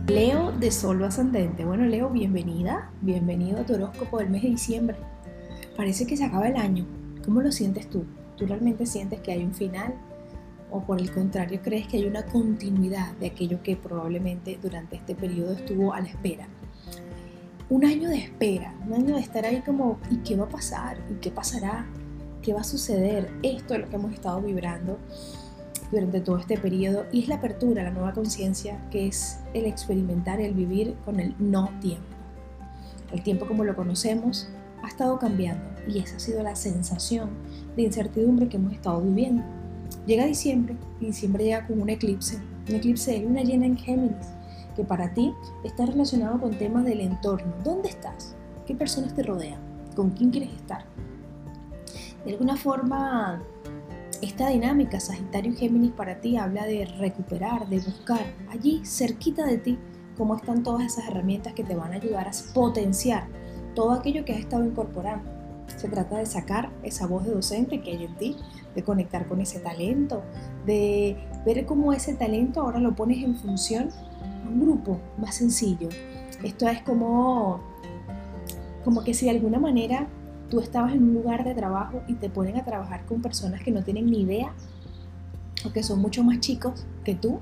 Leo de Sol ascendente. Bueno, Leo, bienvenido a tu horóscopo del mes de diciembre. Parece que se acaba el año. ¿Cómo lo sientes tú? ¿Tú realmente sientes que hay un final? ¿O por el contrario crees que hay una continuidad de aquello que probablemente durante este periodo estuvo a la espera? Un año de espera, un año de estar ahí como, ¿y qué va a pasar? ¿Y qué pasará? ¿Qué va a suceder? Esto es lo que hemos estado vibrando durante todo este periodo, y es la apertura, la nueva conciencia, que es el experimentar, el vivir con el no tiempo. El tiempo como lo conocemos ha estado cambiando, y esa ha sido la sensación de incertidumbre que hemos estado viviendo. Llega diciembre, y diciembre llega con un eclipse de luna llena en Géminis, que para ti está relacionado con temas del entorno. ¿Dónde estás? ¿Qué personas te rodean? ¿Con quién quieres estar? De alguna forma, esta dinámica Sagitario y Géminis para ti habla de recuperar, de buscar allí cerquita de ti cómo están todas esas herramientas que te van a ayudar a potenciar todo aquello que has estado incorporando. Se trata de sacar esa voz de docente que hay en ti, de conectar con ese talento, de ver cómo ese talento ahora lo pones en función a un grupo más sencillo. Esto es como que si de alguna manera tú estabas en un lugar de trabajo y te ponen a trabajar con personas que no tienen ni idea o que son mucho más chicos que tú,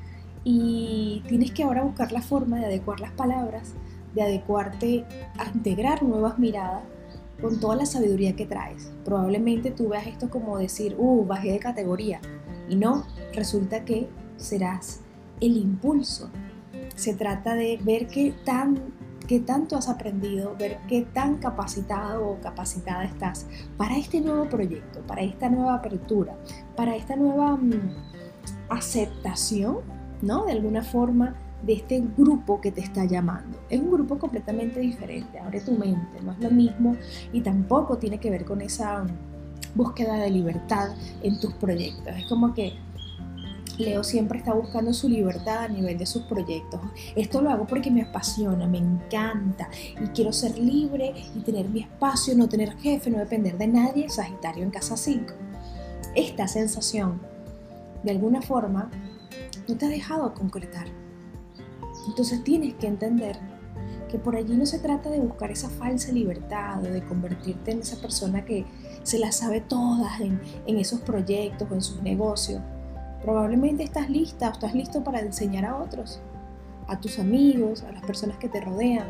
y tienes que ahora buscar la forma de adecuar las palabras, de adecuarte a integrar nuevas miradas con toda la sabiduría que traes. Probablemente tú veas esto como decir, bajé de categoría, y no, resulta que serás el impulso. Se trata de ver qué tanto has aprendido, ver qué tan capacitado o capacitada estás para este nuevo proyecto, para esta nueva apertura, para esta nueva aceptación, ¿no? De alguna forma, de este grupo que te está llamando. Es un grupo completamente diferente, abre tu mente, no es lo mismo, y tampoco tiene que ver con esa búsqueda de libertad en tus proyectos. Es como que Leo siempre está buscando su libertad a nivel de sus proyectos. Esto lo hago porque me apasiona, me encanta y quiero ser libre y tener mi espacio, no tener jefe, no depender de nadie. Sagitario en casa 5. Esta sensación, de alguna forma, no te ha dejado concretar. Entonces tienes que entender que por allí no se trata de buscar esa falsa libertad o de convertirte en esa persona que se las sabe todas en esos proyectos o en sus negocios. Probablemente estás lista o estás listo para enseñar a otros, a tus amigos, a las personas que te rodean,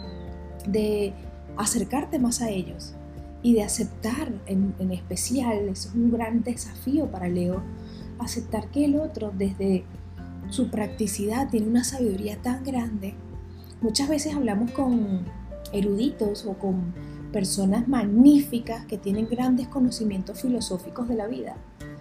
de acercarte más a ellos y de aceptar en especial. Es un gran desafío para Leo, aceptar que el otro desde su practicidad tiene una sabiduría tan grande. Muchas veces hablamos con eruditos o con personas magníficas que tienen grandes conocimientos filosóficos de la vida,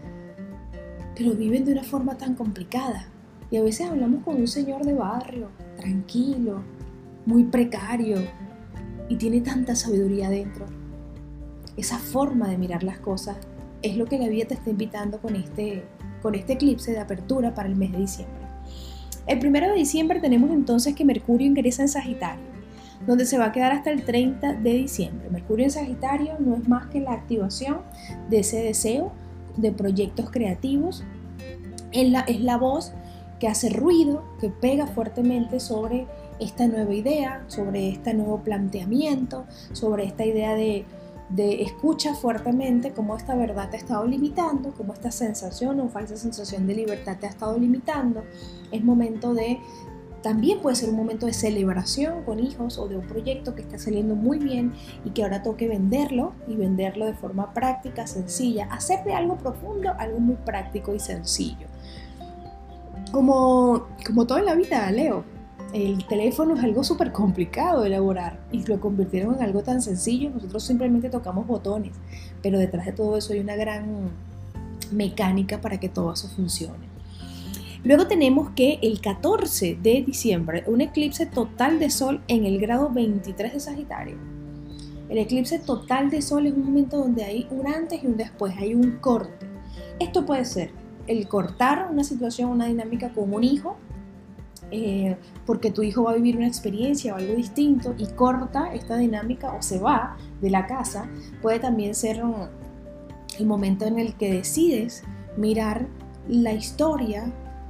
pero viven de una forma tan complicada. Y a veces hablamos con un señor de barrio, tranquilo, muy precario, y tiene tanta sabiduría dentro. Esa forma de mirar las cosas es lo que la vida te está invitando con este eclipse de apertura para el mes de diciembre. El 1 de diciembre tenemos entonces que Mercurio ingresa en Sagitario, donde se va a quedar hasta el 30 de diciembre. Mercurio en Sagitario no es más que la activación de ese deseo de proyectos creativos. Es la voz que hace ruido, que pega fuertemente sobre esta nueva idea, sobre este nuevo planteamiento, sobre esta idea de escucha fuertemente cómo esta verdad te ha estado limitando, cómo esta sensación o falsa sensación de libertad te ha estado limitando. Es momento también puede ser un momento de celebración con hijos o de un proyecto que está saliendo muy bien y que ahora toque venderlo, y venderlo de forma práctica, sencilla, hacer de algo profundo algo muy práctico y sencillo. Como todo en la vida, Leo, el teléfono es algo súper complicado de elaborar y lo convirtieron en algo tan sencillo. Nosotros simplemente tocamos botones, pero detrás de todo eso hay una gran mecánica para que todo eso funcione. Luego tenemos que el 14 de diciembre, un eclipse total de Sol en el grado 23 de Sagitario. El eclipse total de Sol es un momento donde hay un antes y un después, hay un corte. Esto puede ser el cortar una situación, una dinámica con un hijo, porque tu hijo va a vivir una experiencia o algo distinto y corta esta dinámica o se va de la casa. Puede también ser el momento en el que decides mirar la historia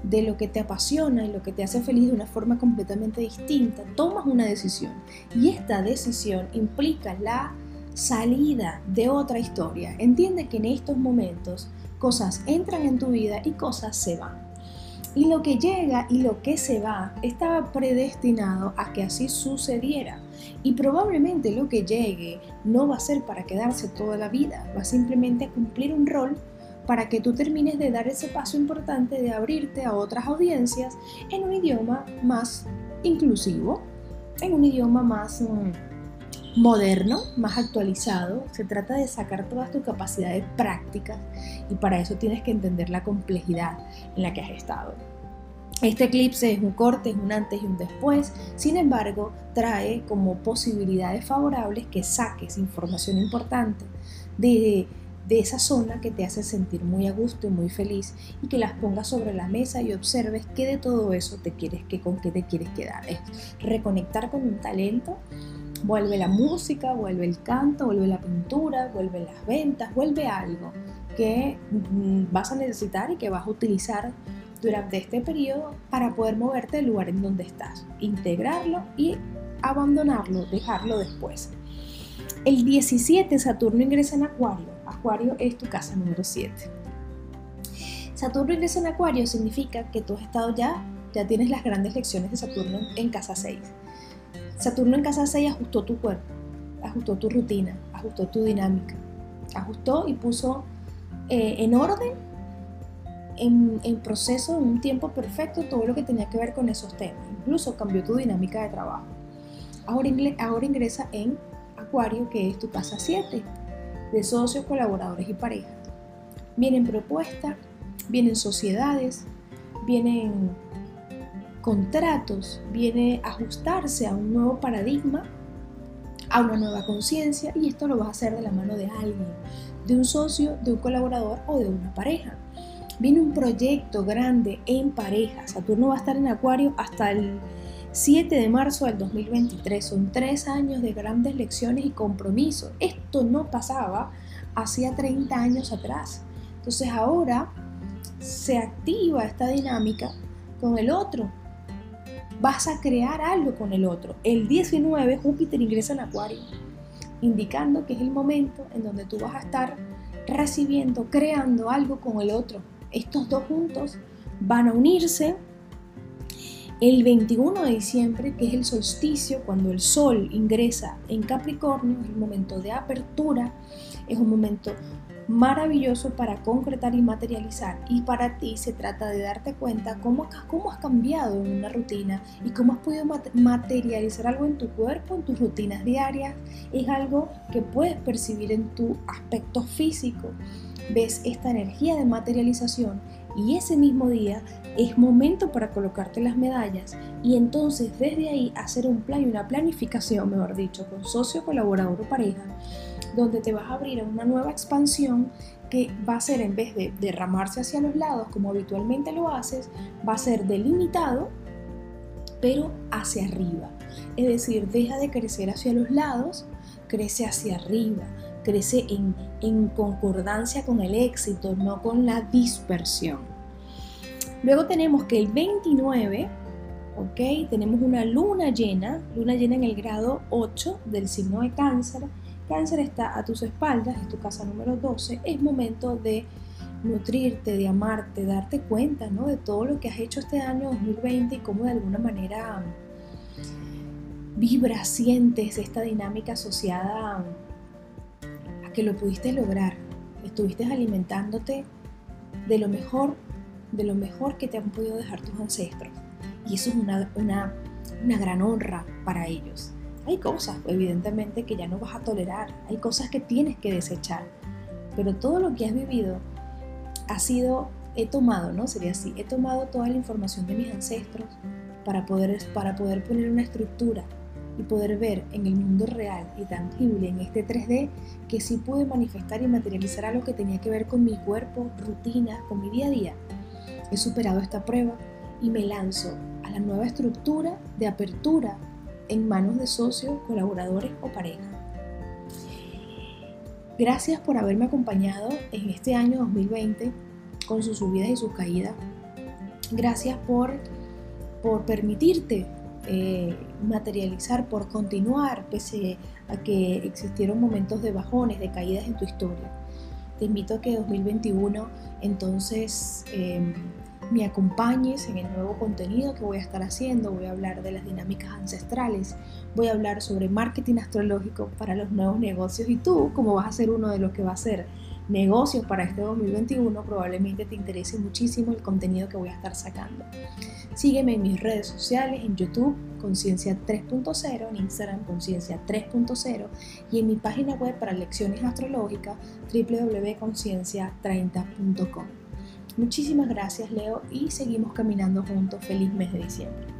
de lo que te apasiona y lo que te hace feliz de una forma completamente distinta, tomas una decisión y esta decisión implica la salida de otra historia. Entiende que en estos momentos cosas entran en tu vida y cosas se van. Y lo que llega y lo que se va estaba predestinado a que así sucediera. Y probablemente lo que llegue no va a ser para quedarse toda la vida, va simplemente a cumplir un rol para que tú termines de dar ese paso importante de abrirte a otras audiencias en un idioma más inclusivo, en un idioma más moderno, más actualizado. Se trata de sacar todas tus capacidades prácticas y para eso tienes que entender la complejidad en la que has estado. Este eclipse es un corte, es un antes y un después, sin embargo, trae como posibilidades favorables que saques información importante de esa zona que te hace sentir muy a gusto y muy feliz y que las pongas sobre la mesa y observes qué de todo eso con qué te quieres quedar. Es reconectar con un talento. Vuelve la música, vuelve el canto, vuelve la pintura, vuelve las ventas, vuelve algo que vas a necesitar y que vas a utilizar durante este periodo para poder moverte del lugar en donde estás, integrarlo y abandonarlo, dejarlo después. El 17 Saturno ingresa en Acuario. Acuario es tu casa número 7. Saturno ingresa en Acuario significa que tú has estado ya tienes las grandes lecciones de Saturno en casa 6. Saturno en casa 6 ajustó tu cuerpo, ajustó tu rutina, ajustó tu dinámica, ajustó y puso en orden, en proceso, en un tiempo perfecto, todo lo que tenía que ver con esos temas. Incluso cambió tu dinámica de trabajo. Ahora ingresa en Acuario, que es tu casa 7, de socios, colaboradores y parejas. Vienen propuestas, vienen sociedades, vienen contratos, viene ajustarse a un nuevo paradigma, a una nueva conciencia, y esto lo vas a hacer de la mano de alguien, de un socio, de un colaborador o de una pareja. Viene un proyecto grande en pareja. Saturno va a estar en Acuario hasta el 7 de marzo del 2023. Son 3 años de grandes lecciones y compromisos. Esto no pasaba hacía 30 años atrás. Entonces ahora se activa esta dinámica con el otro. Vas a crear algo con el otro. El 19 Júpiter ingresa en Acuario, indicando que es el momento en donde tú vas a estar recibiendo, creando algo con el otro. Estos dos juntos van a unirse el 21 de diciembre, que es el solsticio, cuando el Sol ingresa en Capricornio. Es el momento de apertura, es un momento maravilloso para concretar y materializar, y para ti se trata de darte cuenta cómo has cambiado en una rutina y cómo has podido materializar algo en tu cuerpo, en tus rutinas diarias. Es algo que puedes percibir en tu aspecto físico. Ves esta energía de materialización y ese mismo día es momento para colocarte las medallas y entonces desde ahí hacer un plan y una planificación, mejor dicho, con socio, colaborador o pareja, donde te vas a abrir a una nueva expansión que va a ser, en vez de derramarse hacia los lados como habitualmente lo haces, va a ser delimitado pero hacia arriba. Es decir, deja de crecer hacia los lados, crece hacia arriba, crece en concordancia con el éxito, no con la dispersión. Luego tenemos que el 29, tenemos una luna llena en el grado 8 del signo de Cáncer. Cáncer está a tus espaldas, es tu casa número 12. Es momento de nutrirte, de amarte, darte cuenta, ¿no?, de todo lo que has hecho este año 2020 y cómo de alguna manera vibras, sientes esta dinámica asociada a que lo pudiste lograr. Estuviste alimentándote de lo mejor que te han podido dejar tus ancestros, y eso es una gran honra para ellos. Hay cosas, evidentemente, que ya no vas a tolerar, hay cosas que tienes que desechar, pero todo lo que has vivido he tomado toda la información de mis ancestros para poder poner una estructura y poder ver en el mundo real y tangible, en este 3D, que sí pude manifestar y materializar algo que tenía que ver con mi cuerpo, rutinas, con mi día a día. He superado esta prueba y me lanzo a la nueva estructura de apertura en manos de socios, colaboradores o pareja. Gracias por haberme acompañado en este año 2020 con sus subidas y sus caídas. Gracias por permitirte materializar, por continuar, pese a que existieron momentos de bajones, de caídas en tu historia. Te invito a que 2021 entonces me acompañes en el nuevo contenido que voy a estar haciendo. Voy a hablar de las dinámicas ancestrales, voy a hablar sobre marketing astrológico para los nuevos negocios, y tú, como vas a ser uno de los que va a hacer negocios para este 2021, probablemente te interese muchísimo el contenido que voy a estar sacando. Sígueme en mis redes sociales, en YouTube Conciencia 3.0, en Instagram Conciencia 3.0 y en mi página web para lecciones astrológicas www.conciencia30.com. Muchísimas gracias, Leo, y seguimos caminando juntos. Feliz mes de diciembre.